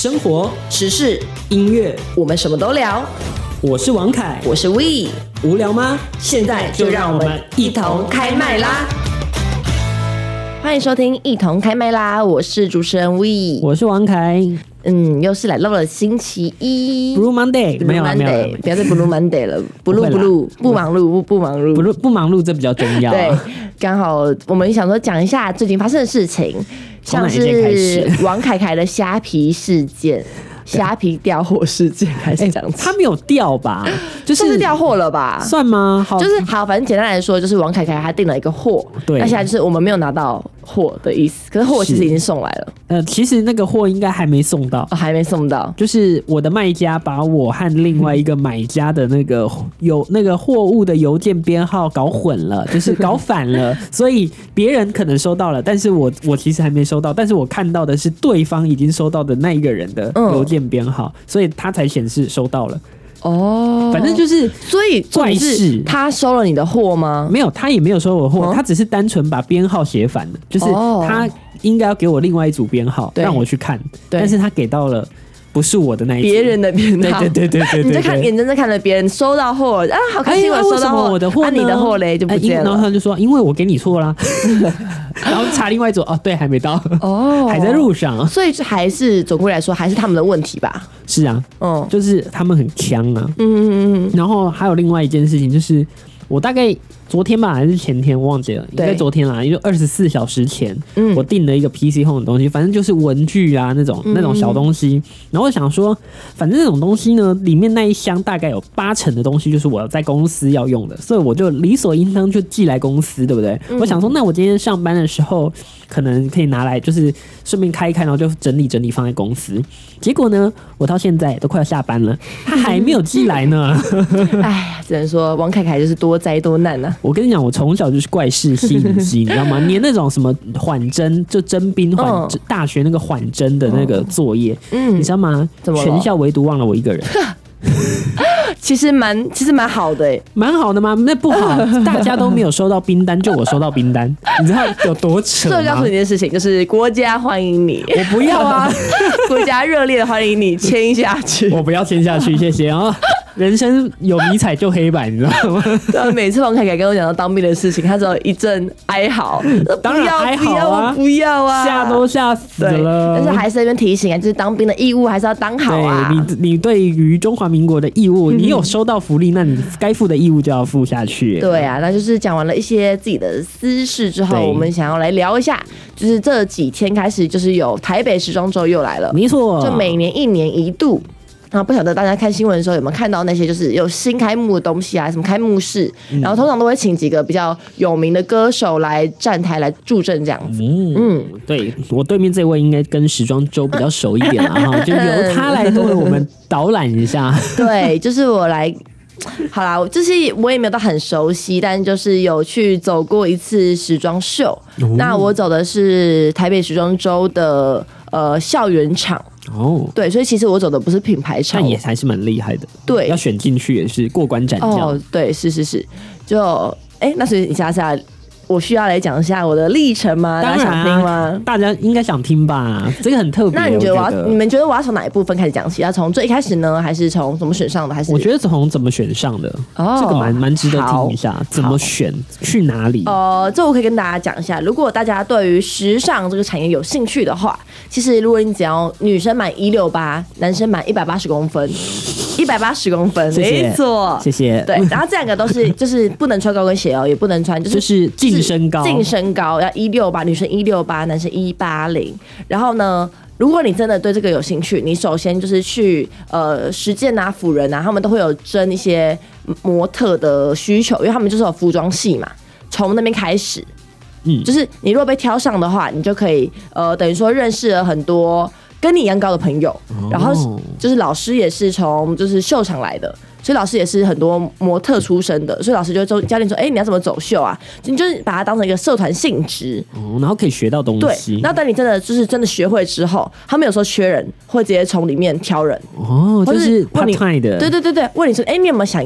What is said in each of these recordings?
生活、 时事、 音乐， 我们什么都聊。 我是王凯， 我是 We。 无聊吗？ 现在就让我们一同开麦啦！欢迎收听一同开麦啦！我是主持人 We， 我是王凯。 又是来到了星期一 Blue Monday， 没有啦，没有啦， 不要再 Blue Monday 了，Blue 不忙碌，不忙碌， 不忙碌，这比较重要。 对，刚好我们想说讲一下最近发生的事情，像是王凯凯的虾皮事件。虾皮调货事件还是这样子， 他没有调吧？ 就是调货了吧？ 算吗？好， 就是好，反正简单来说，就是王凯凯他订了一个货， 对， 那现在就是我们没有拿到货的意思，可是货其实已经送来了。 其实那个货应该还没送到， 还没送到。 就是我的卖家把我和另外一个买家的那个货物的邮件编号搞混了，就是搞反了，所以别人可能收到了，但是我其实还没收到，但是我看到的是对方已经收到的那一个人的邮件编号，所以他才显示收到了。哦，反正就是， 所以怪事， 他收了你的货吗？ 没有，他也没有收我货，他只是单纯把编号写反了，就是他应该要给我另外一组编号让我去看，但是他给到了不是我的那一组， 别人的编号， 对， 你就眼睁睁看着别人收到货啊，好开心，我收到货， 我的货呢？ 你的货嘞就不见了， 然后他就说，因为我给你错啦。然后查另外一组，哦，对，还没到，哦，还在路上， 所以还是总归来说还是他们的问题吧。 是啊，就是他们很呛啊，然后还有另外一件事情，就是我大概昨天吧还是前天忘记了，应该昨天啦，也就24小时前，我订了一个 PC Home 的东西，反正就是文具啊那种小东西。然后我想说，反正那种东西呢，里面那一箱大概有80%的东西就是我在公司要用的，所以我就理所应当就寄来公司，对不对？我想说，那我今天上班的时候可能可以拿来，就是顺便开一开，然后就整理整理放在公司。结果呢，我到现在都快要下班了，他还没有寄来呢。 哎呀，只能说王凯凯就是多灾多难啊。 我跟你讲，我从小就是怪事吸引机，你知道吗？连那种什么缓征，就征兵大学那个缓征的那个作业，你知道吗？全校唯独忘了我一个人。 其实蛮好的蛮好的吗？那不好，大家都没有收到兵单，就我收到兵单，你知道有多扯吗？ 这告诉你一件事情，就是国家欢迎你， 我不要啊！ 国家热烈的欢迎你签下去， 我不要签下去，谢谢啊！人生有迷彩就黑白，你知道吗？ 对，每次王凯凯跟我讲到当兵的事情，他只有一阵哀嚎， 当然哀嚎啊， 不要啊， 吓都吓死了。 但是还是在那边提醒啊，就是当兵的义务还是要当好啊。 对，你对于中华民国的义务，你有收到福利，那你该负的义务就要负下去。 对啊，那就是讲完了一些自己的私事之后，我们想要来聊一下，就是这几天开始就是有台北时装周又来了， 没错， 就每年1年1度。然后不晓得大家看新闻的时候有没有看到那些就是有新开幕的东西啊，什么开幕式，然后通常都会请几个比较有名的歌手来站台来助阵这样子。 对，我对面这位应该跟时装周比较熟一点啦，哈，就由他来为我们导览一下。 对，就是我来。好啦，就是我也没有到很熟悉，但就是有去走过一次时装秀。那我走的是台北时装周的校园场。对，所以其实我走的不是品牌场， 但也还是蛮厉害的。 对， 要选进去也是过关斩将。 对，是，就那所以你想想。我需要来讲一下我的历程吗？大家想听吗？ 大家应该想听吧，这个很特别。 那你们觉得我要从哪一部分开始讲起？要从最一开始呢，还是从怎么选上的？还是我觉得从怎么选上的，这个蛮值得听一下。怎么选？去哪里？ 这我可以跟大家讲一下。如果大家对于时尚这个产业有兴趣的话，其实如果你只要女生满168，男生满180公分。180公分，没错， 谢谢。 对，然后这两个都是就是不能穿高跟鞋哦，也不能穿就是净身高， 要168，女生168，男生180。然后呢，如果你真的对这个有兴趣，你首先就是去实践啊、辅仁啊，他们都会有征一些模特的需求，因为他们就是有服装系嘛，从那边开始。就是你如果被挑上的话，你就可以等于说认识了很多跟你一样高的朋友，然后就是老师也是从就是秀场来的，所以老师也是很多模特出身的，所以老师就会教练说，你要怎么走秀啊？你就是把它当成一个社团性质， 然后可以学到东西。 对，那等你真的学会之后，他们有时候缺人，会直接从里面挑人， 就是 part time 的。 对，问你说，你有没有想要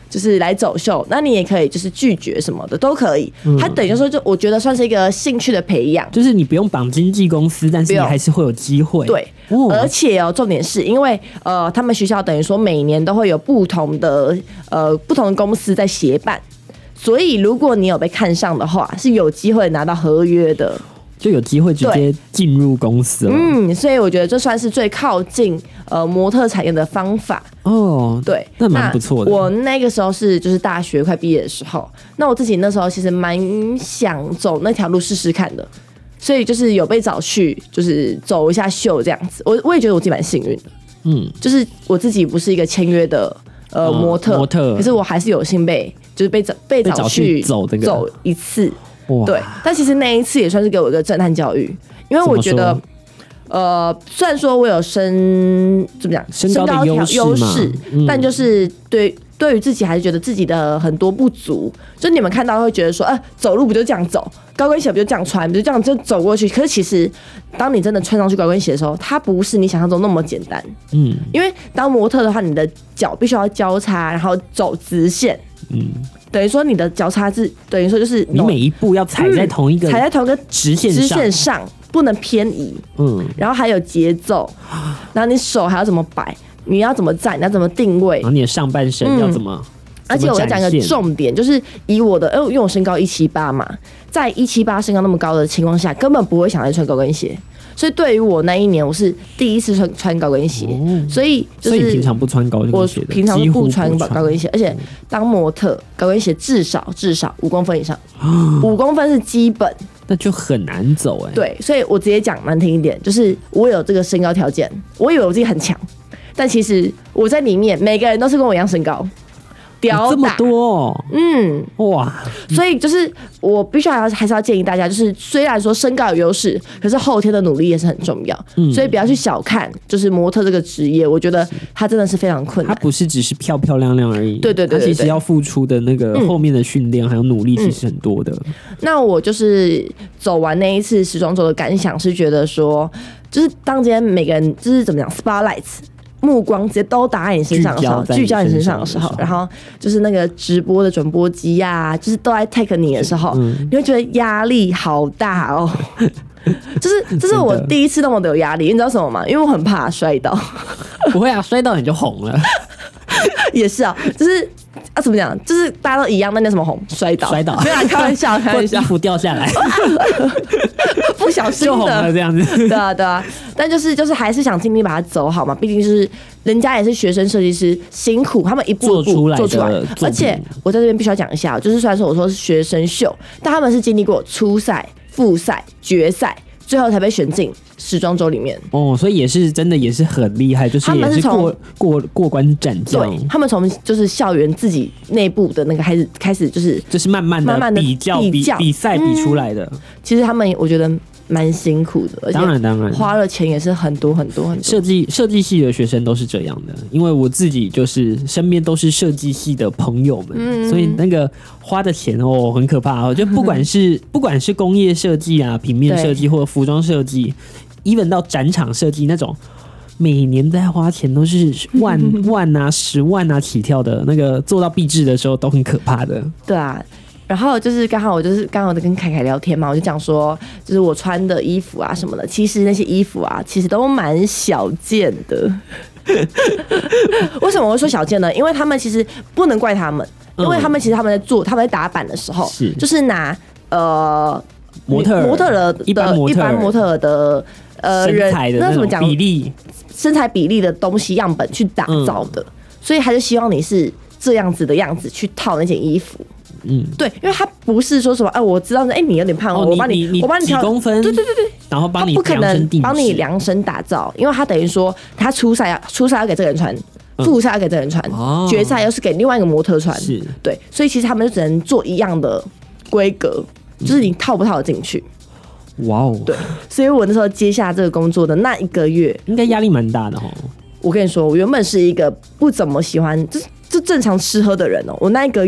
就是来走秀，那你也可以就是拒绝什么的都可以。它等于说就我觉得算是一个兴趣的培养， 就是你不用绑经纪公司，但是你还是会有机会。 对，而且重点是因为他们学校等于说每年都会有不同的公司在协办，所以如果你有被看上的话，是有机会拿到合约的。 就有机会直接进入公司了。 所以我觉得这算是最靠近模特产业的方法。对， 那蛮不错的。 我那个时候就是大学快毕业的时候，那我自己那时候其实蛮想走那条路试试看的，所以就是有被找去就是走一下秀这样子。我也觉得我自己蛮幸运的。就是我自己不是一个签约的模特，可是我还是有幸被找去走一次。对，但其实那一次也算是给我一个震撼教育，因为我觉得，虽然说我有身高优势，但就是对于自己还是觉得自己的很多不足。就你们看到会觉得说，走路不就这样走，高跟鞋不就这样穿，不就这样就走过去？可是其实，当你真的穿上去高跟鞋的时候，它不是你想象中那么简单。因为当模特的话，你的脚必须要交叉，然后走直线。等于说你的脚叉是等于说就是你每一步要踩在同一个直线上， 不能偏移。然后还有节奏，然后你手还要怎么摆，你要怎么站，你要怎么定位， 然后你的上半身要怎么。 而且我要讲一个重点，就是以我的，因为我身高178嘛，在178身高那么高的情况下，根本不会想再穿高跟鞋。所以对于我那一年，我是第一次穿高跟鞋，所以就是所以平常不穿高跟鞋的， 我平常不穿高跟鞋，而且当模特高跟鞋至少5公分以上，5公分是基本， 那就很难走对，所以我直接讲难听一点，就是我有这个身高条件，我以为我自己很强，但其实我在里面每个人都是跟我一样身高。 这么多哇！ 所以就是我必须还是要建议大家，就是虽然说身高有优势，可是后天的努力也是很重要。所以不要去小看就是模特这个职业，我觉得它真的是非常困难。 它不是只是漂漂亮亮而已， 对， 它其实要付出的那个后面的训练还有努力其实很多的。 那我就是走完那一次时装周的感想是觉得说，就是当今天每个人就是怎么讲 spotlights。目光直接都打在你身上的时候，聚焦你身上的时候，然后就是那个直播的转播机啊，就是都在 take 你的时候，你会觉得压力好大哦。这是我第一次那么的有压力，你知道什么吗？因为我很怕摔倒。 不会啊，摔倒你就红了。 也是啊，就是怎么讲？就是大家都一样，那叫什么红？摔倒。没有开玩笑， 或衣服掉下来， 不小心的就红了这样子。 对啊，但就是还是想尽力把它走好嘛，毕竟就是人家也是学生设计师，辛苦，他们一步一步做出来。而且我在这边必须要讲一下，就是虽然说我说是学生秀，但他们是经历过初赛、复赛、决赛，最后才被选进时装周里面。 所以也是真的也是很厉害，就是也是过关斩将。 对，他们从就是校园自己内部的那个开始就是慢慢的比较比赛比出来的。 其实他们我觉得蛮辛苦的，而且当然花了钱也是很多。 设计系的学生都是这样的，因为我自己就是身边都是设计系的朋友们，所以那个花的钱很可怕就不管是工业设计啊、平面设计或者服装设计，even 到展场设计那种。每年在花钱都是万啊、10万啊起跳的，那个做到毕制的时候都很可怕的。 对啊，然后就是刚好在跟凯凯聊天嘛，我就讲说，就是我穿的衣服啊什么的，其实那些衣服啊，其实都蛮小件的。为什么我会说小件呢？因为他们其实不能怪他们，因为他们其实他们在打版的时候，就是拿模特儿的一般模特儿的身材的那种比例。 身材比例的东西样本去打造的，所以他就希望你是这样子的样子去套那件衣服。对，因为他不是说什么，我知道，你有点胖，我帮你几公分， 对， 然后帮你不可能帮你量身打造，因为他等于说他初赛要给这个人穿，复赛要给这个人穿，决赛又是给另外一个模特穿，对，所以其实他们就只能做一样的规格，就是你套不套得进去。 哇哦！ 对，所以我那时候接下这个工作的那1个月， 应该压力蛮大的我跟你说，我原本是一个不怎么喜欢就正常吃喝的人我那1个月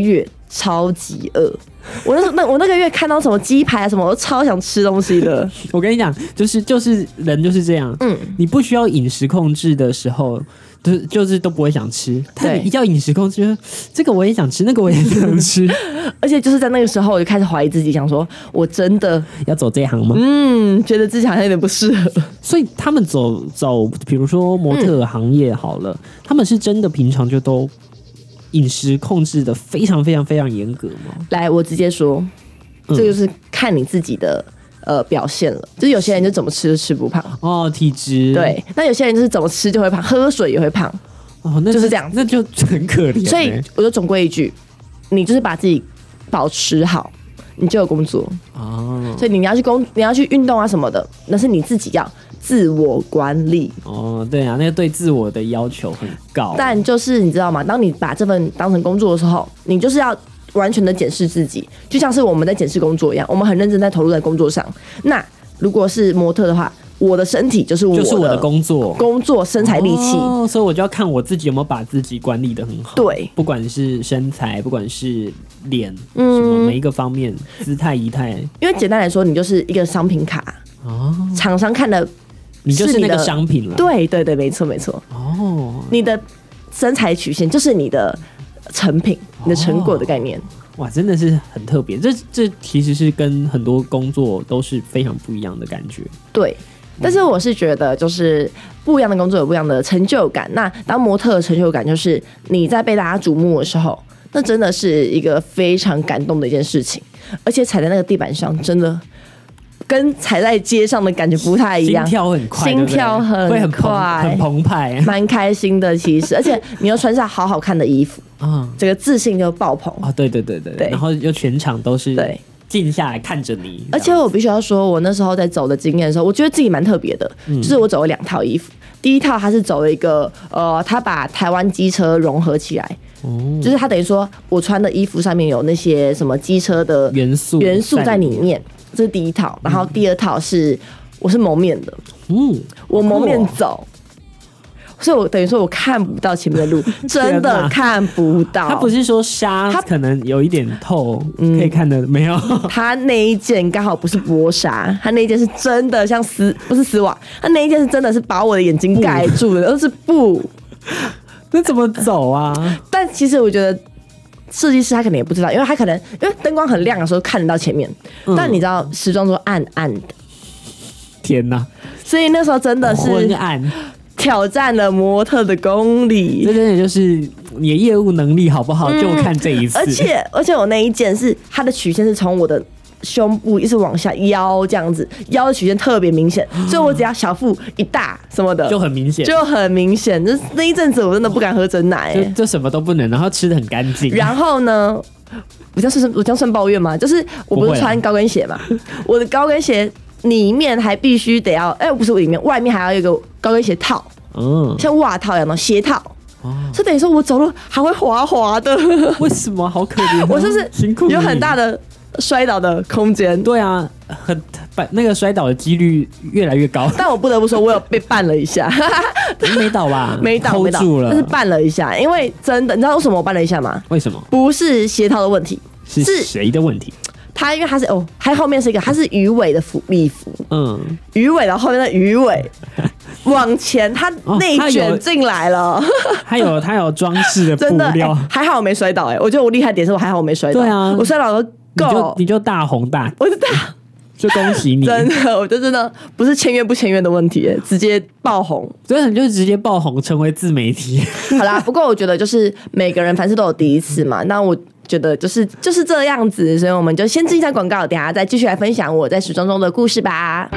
超级饿。我那个月看到什么鸡排啊什么，我都超想吃东西的。 我跟你讲，就是人就是这样，你不需要饮食控制的时候，就是都不会想吃。但你一叫饮食控制，这个我也想吃，那个我也想吃。 而且就是在那个时候，我就开始怀疑自己，想说我真的要走这一行吗？ 觉得自己好像有点不适合。 所以他们走，比如说模特行业好了，他们是真的平常就都饮食控制的非常非常非常严格吗？ 来，我直接说，这就是看你自己的表现了。就是有些人就怎么吃就吃不胖哦，体质对，那有些人就是怎么吃就会胖，喝水也会胖哦，那就是这样， 那就很可怜。 所以我就总归一句，你就是把自己保持好，你就有工作哦。所以你要去运动啊什么的，那是你自己要自我管理哦。对啊，那个对自我的要求很高。 但就是你知道吗？当你把这份当成工作的时候，你就是要完全的检视自己，就像是我们在检视工作一样，我们很认真在投入在工作上。那如果是模特的话，我的身体就是我的工作身材力气所以我就要看我自己有没有把自己管理得很好。 对， 不管是身材，不管是脸，什么每一个方面，姿态仪态。因为简单来说，你就是一个商品卡哦，厂商看的你就是那个商品了。 对对对，没错没错。哦，你的身材曲线就是你的成品，你的成果的概念。 哇，真的是很特别。这其实是跟很多工作都是非常不一样的感觉。 对。但是我是觉得，就是不一样的工作有不一样的成就感。那当模特的成就感，就是你在被大家瞩目的时候，那真的是一个非常感动的一件事情。而且踩在那个地板上，真的跟踩在街上的感觉不太一样， 心跳很快， 心跳很快， 很澎湃， 蛮开心的。其实，而且你又穿上好好看的衣服，这个自信就爆棚啊！对，然后又全场都是对。 静下来看着你， 而且我必须要说，我那时候在走的经验的时候，我觉得自己蛮特别的，就是我走了2套衣服。第一套他是走了一个他把台湾机车融合起来，就是他等于说我穿的衣服上面有那些什么机车的元素在里面，这是第一套。然后第二套是我是蒙面的，我蒙面走。所以我等于说我看不到前面的路，真的看不到。 他不是说纱可能有一点透，可以看的没有。 他那一件刚好不是薄纱，他那一件是真的像不是丝袜，他那一件是真的是把我的眼睛盖住的，都是布。 那怎么走啊？ 但其实我觉得设计师他可能也不知道，因为灯光很亮的时候看得到前面，但你知道时装周暗暗的， 天哪！ 所以那时候真的是昏暗。 挑战了模特的功力， 这真的就是你的业务能力好不好，就看这一次。 而且我那一件是它的曲线是从我的胸部一直往下腰这样子，腰的曲线特别明显，所以我只要小腹一大什么的就很明显， 那一阵子我真的不敢喝真奶， 就什么都不能，然后吃得很干净。 然后呢，我这样算抱怨吗？就是我不是穿高跟鞋嘛，我的高跟鞋里面还必须得要，不是我里面，外面还要有一个高跟鞋套，像袜套一样的鞋套，所以等于说我走路还会滑滑的。 为什么？好可怜， 我是不是辛苦有很大的摔倒的空间？ 对啊，那个摔倒的几率越来越高。 但我不得不说，我有被绊了一下， 没倒吧？ 没倒， 住了， 但是绊了一下。因为真的，你知道为什么我绊了一下吗？ 为什么？ 不是鞋套的问题， 是谁的问题？ 它因为它是它后面是一个，它是鱼尾的礼服，鱼尾，然后后面的鱼尾往前，它内卷进来了。 它有装饰的布料， 还好我没摔倒。我觉得我厉害点是我还好我没摔倒。 对啊， 我摔倒都够， 你就大红大， 我就大， 就恭喜你。 真的，我就真的不是签约不签约的问题，直接爆红， 所以你就直接爆红，成为自媒体。 好啦，不过我觉得就是每个人凡事都有第一次嘛，那我觉得就是这样子，所以我们就先进一下广告，等一下再继续来分享我在时装中的故事吧。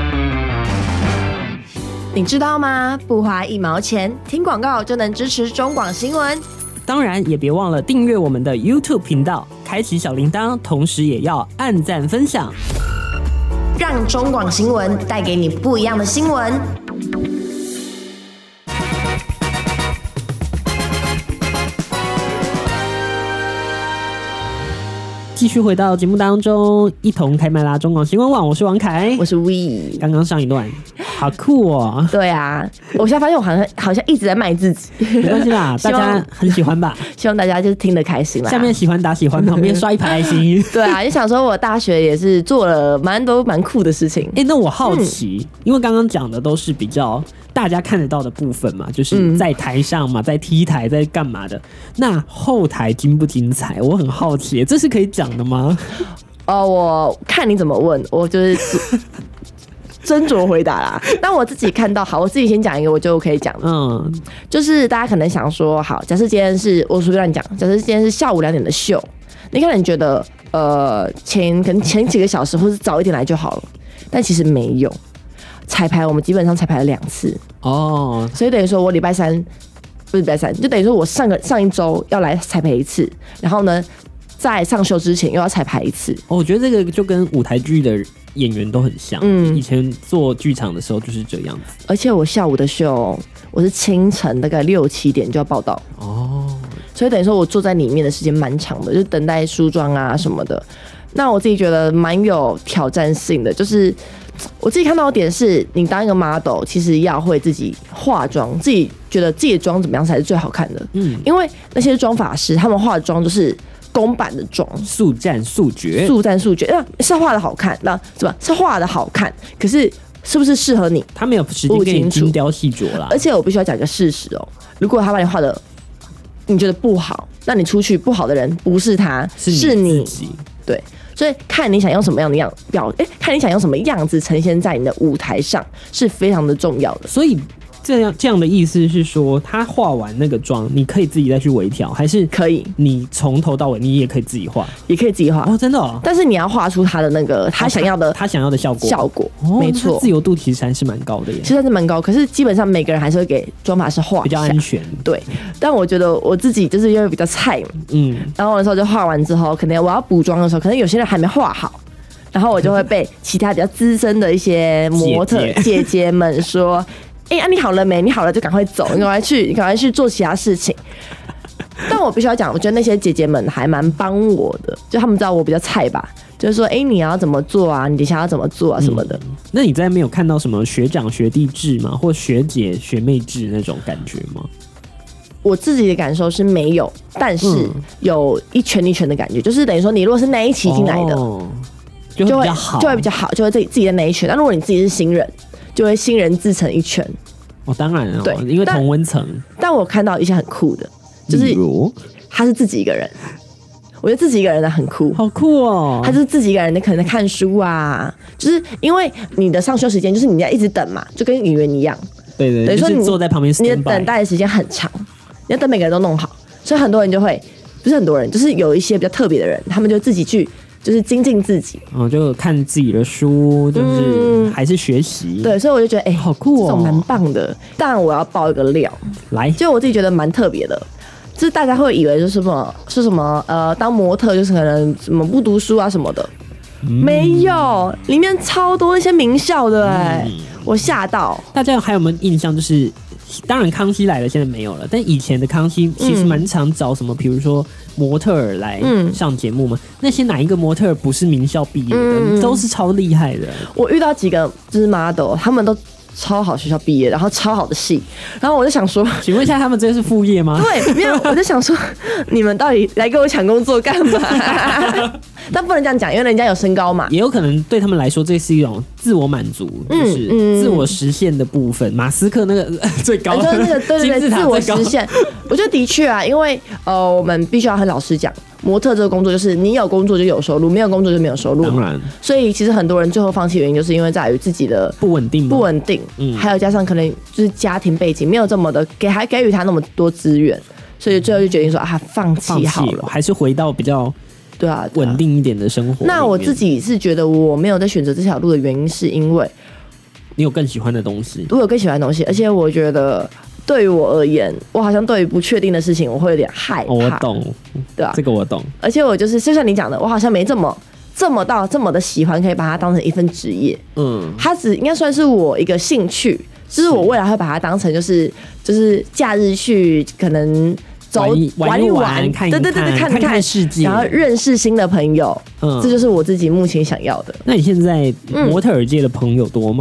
你知道吗？不花1毛钱，听广告就能支持中广新闻。 当然也别忘了订阅我们的 YouTube 频道，开启小铃铛，同时也要按赞分享， 让中广新闻带给你不一样的新闻。 继续回到节目当中，一同开麦啦！中广新闻网，我是王凯， 我是 We。 刚刚上一段好酷哦！ 对啊，我现在发现我好像一直在卖自己， 没关系啦，大家很喜欢吧？ 希望大家就是听得开心啦。 下面喜欢打喜欢，旁边刷一排爱心。 对啊，就想说我大学也是做了蛮多蛮酷的事情。 那我好奇，因为刚刚讲的都是比较大家看得到的部分嘛，就是在台上嘛，在 T 台，在干嘛的？那后台精不精彩？我很好奇，这是可以讲的吗？ 我看你怎么问，我就是斟酌回答啦。那我自己看到，好，我自己先讲一个，我就可以讲了。就是大家可能想说，好，假设今天是我随便乱讲，假设今天是下午2点的秀，你可能觉得可能前几个小时或是早一点来就好了，但其实没有。彩排我们基本上彩排了2次哦，所以等于说我礼拜三不是礼拜三，就等于说我上一周要来彩排1次，然后呢，在上秀之前又要彩排1次。 我觉得这个就跟舞台剧的演员都很像，以前做剧场的时候就是这样子。 而且我下午的秀，我是清晨大概6、7点就要报到哦，所以等于说我坐在里面的时间蛮长的，就等待梳妆啊什么的。那我自己觉得蛮有挑战性的，就是我自己看到的点是，你当一个 model， 其实要会自己化妆，自己觉得自己的妆怎么样才是最好看的。因为那些妆发师他们化的妆就是公版的妆， 速战速决， 是画的好看，那什么是画的好看？可是是不是适合你？ 他没有时间给你精雕细琢啦。 而且我必须要讲一个事实哦，如果他把你画的你觉得不好，那你出去不好的人不是他，是你自己。对。所以看你想用什么样的看你想用什么样子呈现在你的舞台上是非常的重要的。 所以这样的意思是说，他画完那个妆，你可以自己再去微调，还是可以？ 你从头到尾你也可以自己画， 也可以自己画哦，真的哦。 但是你要画出他的那个他想要的效果，没错， 自由度其实还是蛮高的耶， 其实还是蛮高。可是基本上每个人还是会给妆发师画比较安全， 对。但我觉得我自己就是因为比较菜嘛，然后那时候就画完之后，可能我要补妆的时候，可能有些人还没画好。然后我就会被其他比较资深的一些模特姐姐们说：“你好了没？你好了就赶快走，你赶快去做其他事情。”但我必须要讲，我觉得那些姐姐们还蛮帮我的，就他们知道我比较菜吧，就是说，你要怎么做啊？你等一下要怎么做啊？什么的。 那你在没有看到什么学长学弟制吗？或学姐学妹制那种感觉吗？ 我自己的感受是没有，但是有一拳一拳的感觉，就是等于说，你如果是那一期进来的。就会比较好，就会自己的那一拳。那如果你自己是新人，就会新人自成一拳。 当然了， 对， 因为同温层。 但我看到一些很酷的，就是他是自己一个人，我觉得自己一个人的很酷， 好酷哦。 他就是自己一个人的，可能在看书啊，就是因为你的上休时间就是你要一直等嘛，就跟演员一样。 对，等于说你坐在旁边， 你的等待的时间很长，你要等每个人都弄好，所以很多人就会，不是很多人，就是有一些比较特别的人，他们就自己去。就是精进自己， 就看自己的书，就是还是学习。 对，所以我就觉得， 好酷哦， 这种蛮棒的。当然，我要爆一个料， 来， 就我自己觉得蛮特别的，就是大家会以为就是什么当模特就是可能什么不读书啊什么的，没有，里面超多一些名校的我吓到。 大家还有没有印象？就是当然康熙来了现在没有了，但以前的康熙其实蛮常找什么，比如说模特儿来上节目嘛。那些哪一个模特儿不是名校毕业的，都是超厉害的。 我遇到几个就是 model， 他们都超好学校毕业，然后超好的戏，然后我就想说， 请问一下，他们这是副业吗？ 对，没有，我就想说，你们到底来跟我抢工作干嘛？但不能这样讲，因为人家有身高嘛。 也有可能对他们来说，这是一种自我满足，就是自我实现的部分。马斯克那个最高的，那个对，自我实现。我觉得的确啊，因为我们必须要很老实讲，模特这个工作就是你有工作就有收入，没有工作就没有收入。 当然， 所以其实很多人最后放弃原因，就是因为在于自己的不稳定， 还有加上可能就是家庭背景没有这么的给予他那么多资源，所以最后就决定说放弃好了， 还是回到比较。 对啊， 稳定一点的生活。 那我自己是觉得我没有在选择这条路的原因，是因为你有更喜欢的东西。 我有更喜欢的东西，而且我觉得对于我而言，我好像对于不确定的事情，我会有点害怕。 我懂， 对啊， 这个我懂。 而且我就像你讲的，我好像没这么的喜欢，可以把它当成一份职业。它只应该算是我一个兴趣，就是我未来会把它当成就是假日去可能。玩一玩， 看一看， 对，看看世界， 然后认识新的朋友，这就是我自己目前想要的。 那你现在模特儿界的朋友多吗？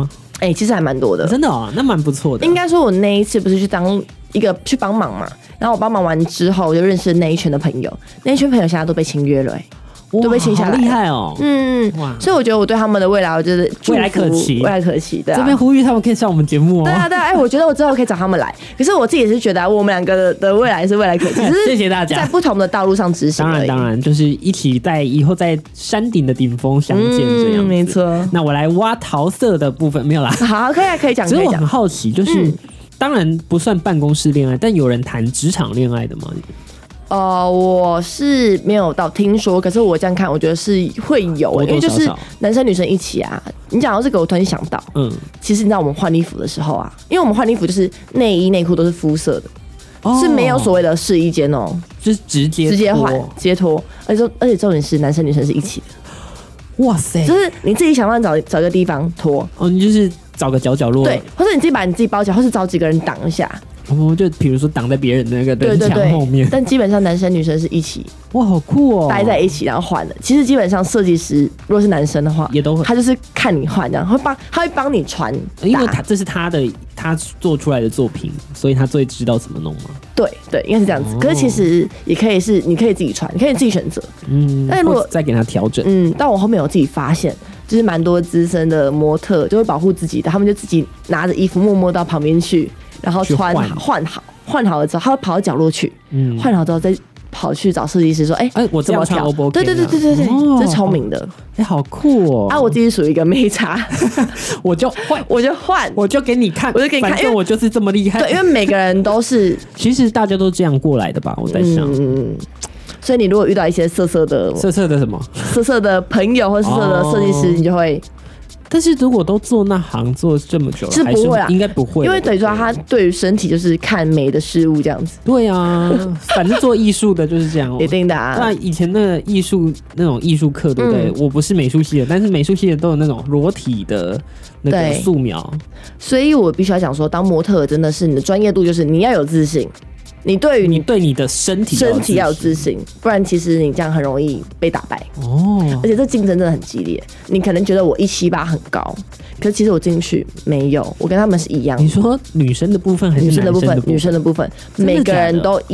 其实还蛮多的， 真的那蛮不错的。 应该说，我那一次不是去帮忙嘛，然后我帮忙完之后，我就认识那一圈的朋友，那一圈朋友现在都被签约了，都被签下来， 好厉害哦！ 哇！所以我觉得我对他们的未来，我觉得未来可期， 未来可期。对啊， 这边呼吁他们可以上我们节目哦。 对啊，我觉得我之后可以找他们来。可是我自己也是觉得，我们两个的未来是未来可期， 谢谢大家， 在不同的道路上执行。 当然，就是一起以后在山顶的顶峰相见这样。 没错。 那我来挖桃色的部分没有啦。 好，可以讲。 其实我很好奇，就是。当然不算办公室恋爱，但有人谈职场恋爱的吗？ 我是没有到听说，可是我这样看，我觉得是会有，因为就是男生女生一起啊。你讲到这个，我突然想到，其实你知道我们换衣服的时候啊，因为我们换衣服就是内衣内裤都是肤色的，是没有所谓的试衣间哦， 就是直接换直接脱，而且重点是男生女生是一起的。 哇塞！ 就是你自己想办法找一个地方脱你就是找个角落，对， 或者你自己把你自己包起来，或是找几个人挡一下。 就比如说挡在别人的那个灯墙后面。 但基本上男生女生是一起， 哇，好酷哦！ 待在一起然后换的。其实基本上设计师如果是男生的话， 也都会， 他就是看你换，然后他会帮你穿， 因为这是他做出来的作品，所以他最知道怎么弄嘛。 对，应该是这样子。可是其实也可以是你可以自己穿，你可以自己选择。但是如果再给他调整， 但我后面有自己发现，就是蛮多资深的模特就会保护自己的，他们就自己拿着衣服默默到旁边去，然后换好了之后，他会跑到角落去，换好之后再跑去找设计师说：“ 我这样穿 O 不 OK？” 对，这是聪明的， 好酷哦！ 我自己属于一个没差， 我就换，我就给你看，反正我就是这么厉害。 对，因为每个人都是， 其实大家都这样过来的吧？我在想， 所以你如果遇到一些色色的什么色色的朋友或色色的设计师，你就会。 但是如果都做那行做这么久了， 是不会啊， 应该不会， 因为等于说他对于身体就是看美的事物这样子。 对啊，反正做艺术的就是这样一定的啊。 那以前那个那种艺术课，对不对？我不是美术系的，但是美术系的都有那种裸体的那个素描， 所以我必须要讲说，当模特真的是你的专业度，就是你要有自信。你对你的身体要有自信，不然其实你这样很容易被打败而且这竞争真的很激烈。你可能觉得我178很高，可是其实我进去没有，我跟他们是一样的。 你说女生的部分还是男生的部分？ 女生的部分，每个人都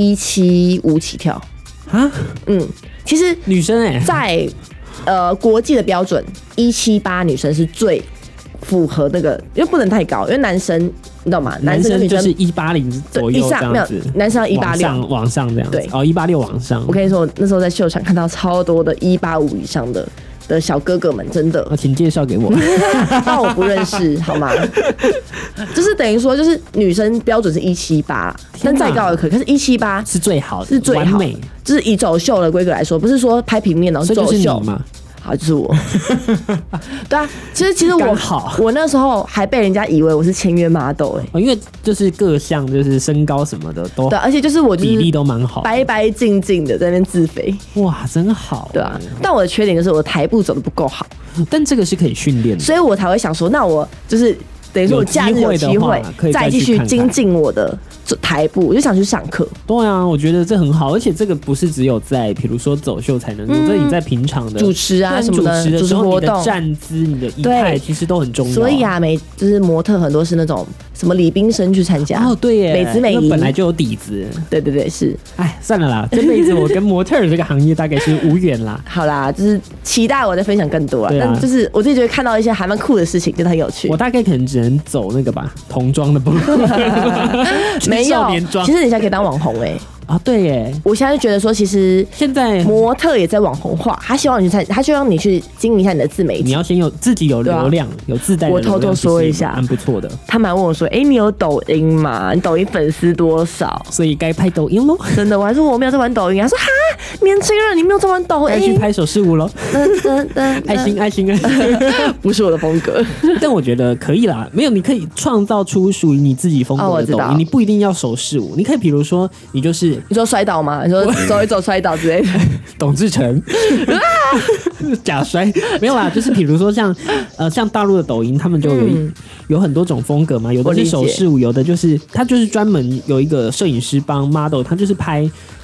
175起跳啊。 其实女生在国际的标准，178女生是最符合那个，因为不能太高，因为男生你懂吗？ 男生就是180左右这样子， 男生要186 往上这样子。对，186往上。 我跟你说，那时候在秀场看到超多的185以上的小哥哥们，真的。 请介绍给我。 但我不认识，好吗？就是等于说，就是女生标准是178，但再高也可以。可是178 是最好的， 是最好的，就是以走秀的规格来说，不是说拍平面然后走秀嘛。 就是我。对啊，其实我那时候还被人家以为我是签约 model 因为就是各项就是身高什么的都对，而且就是我比例都蛮好， 白白净净的在那边自肥。 哇，真好。 对啊，但我的缺点就是我台步走的不够好， 但这个是可以训练的， 所以我才会想说，那我就是等于说我假日有机会再继续精进我的台步，我就想去上课。 对啊，我觉得这很好，而且这个不是只有在比如说走秀才能做，这你在平常的主持啊什么的主持活动、 你的站姿、你的仪态，其实都很重要。 所以啊，就是模特很多是那种什么礼宾生去参加对耶， 美姿美仪本来就有底子。 对是。 算了啦，这辈子我跟模特这个行业大概是无缘啦。 好啦，就是期待我再分享更多啦。但就是我自己觉得看到一些还蛮酷的事情，真的很有趣。 我大概可能只能走那个吧，童装的部分。 没有，其实你现在可以当网红对耶！ 我现在就觉得说，其实现在模特也在网红化，他希望你去经营一下你的自媒体。 你要先自己有流量，有自带的流量。 我偷偷说一下， 蛮不错的。 他们还问我说：“你有抖音吗？你抖音粉丝多少？” 所以该拍抖音喽。 真的，我还说我没有在玩抖音。他说：“哈，年轻人，你没有在玩抖音， 该去拍手势舞喽。”爱心， 不是我的风格。 但我觉得可以啦，没有，你可以创造出属于你自己风格的抖音。你不一定要手势舞，你可以比如说，你说摔倒吗？你说走一走摔倒之类的。 董志成假摔没有啦，就是比如说像大陆的抖音，他们就有很多种风格嘛，有的是手势舞，有的就是他就是专门有一个摄影师帮 model， 他就是拍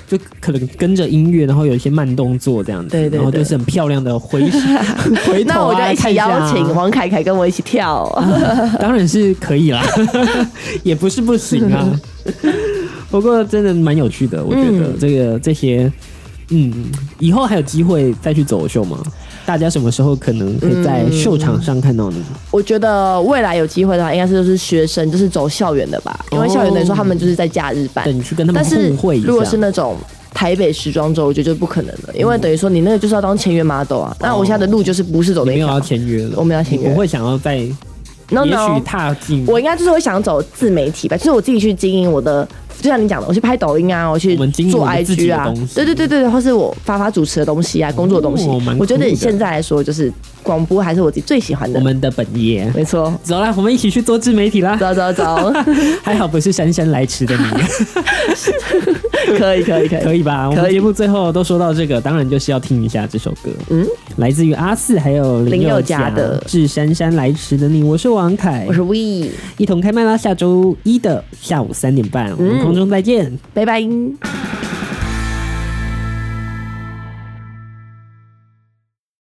就可能跟着音乐，然后有一些慢动作这样子， 对， 然后就是很漂亮的回头那我就一起邀请王凯凯跟我一起跳， 当然是可以啦，也不是不行啊。不过真的蛮有趣的，我觉得这些，以后还有机会再去走秀吗？大家什么时候可能会在秀场上看到你？ 我觉得未来有机会的话，应该是就是学生，就是走校园的吧，因为校园等于说他们就是在假日办， 对，你去跟他们互惠一下。 如果是那种台北时装周，我觉得就不可能了，因为等于说你那个就是要当签约 model 啊。那我现在的路就是不是走那一条， 没有要签约了， 我们要签约， 我会想要在。也许踏进， 我应该就是会想走自媒体吧，就是我自己去经营我的，就像你讲的，我去拍抖音啊，我去做 IG 啊，对，或是我发主持的东西啊，工作的东西，我觉得现在来说就是广播还是我自己最喜欢的， 我们的本业， 没错。 走啦，我们一起去做自媒体啦！ 走， 还好不是姗姗来迟的你。可以吧？我们节目最后都说到这个，当然就是要听一下这首歌，来自于阿四还有林宥嘉的《致姗姗来迟的你》。我是王凯， 我是 We， 一同开麦啦！下周一的下午3点半，我们空中再见， 拜拜。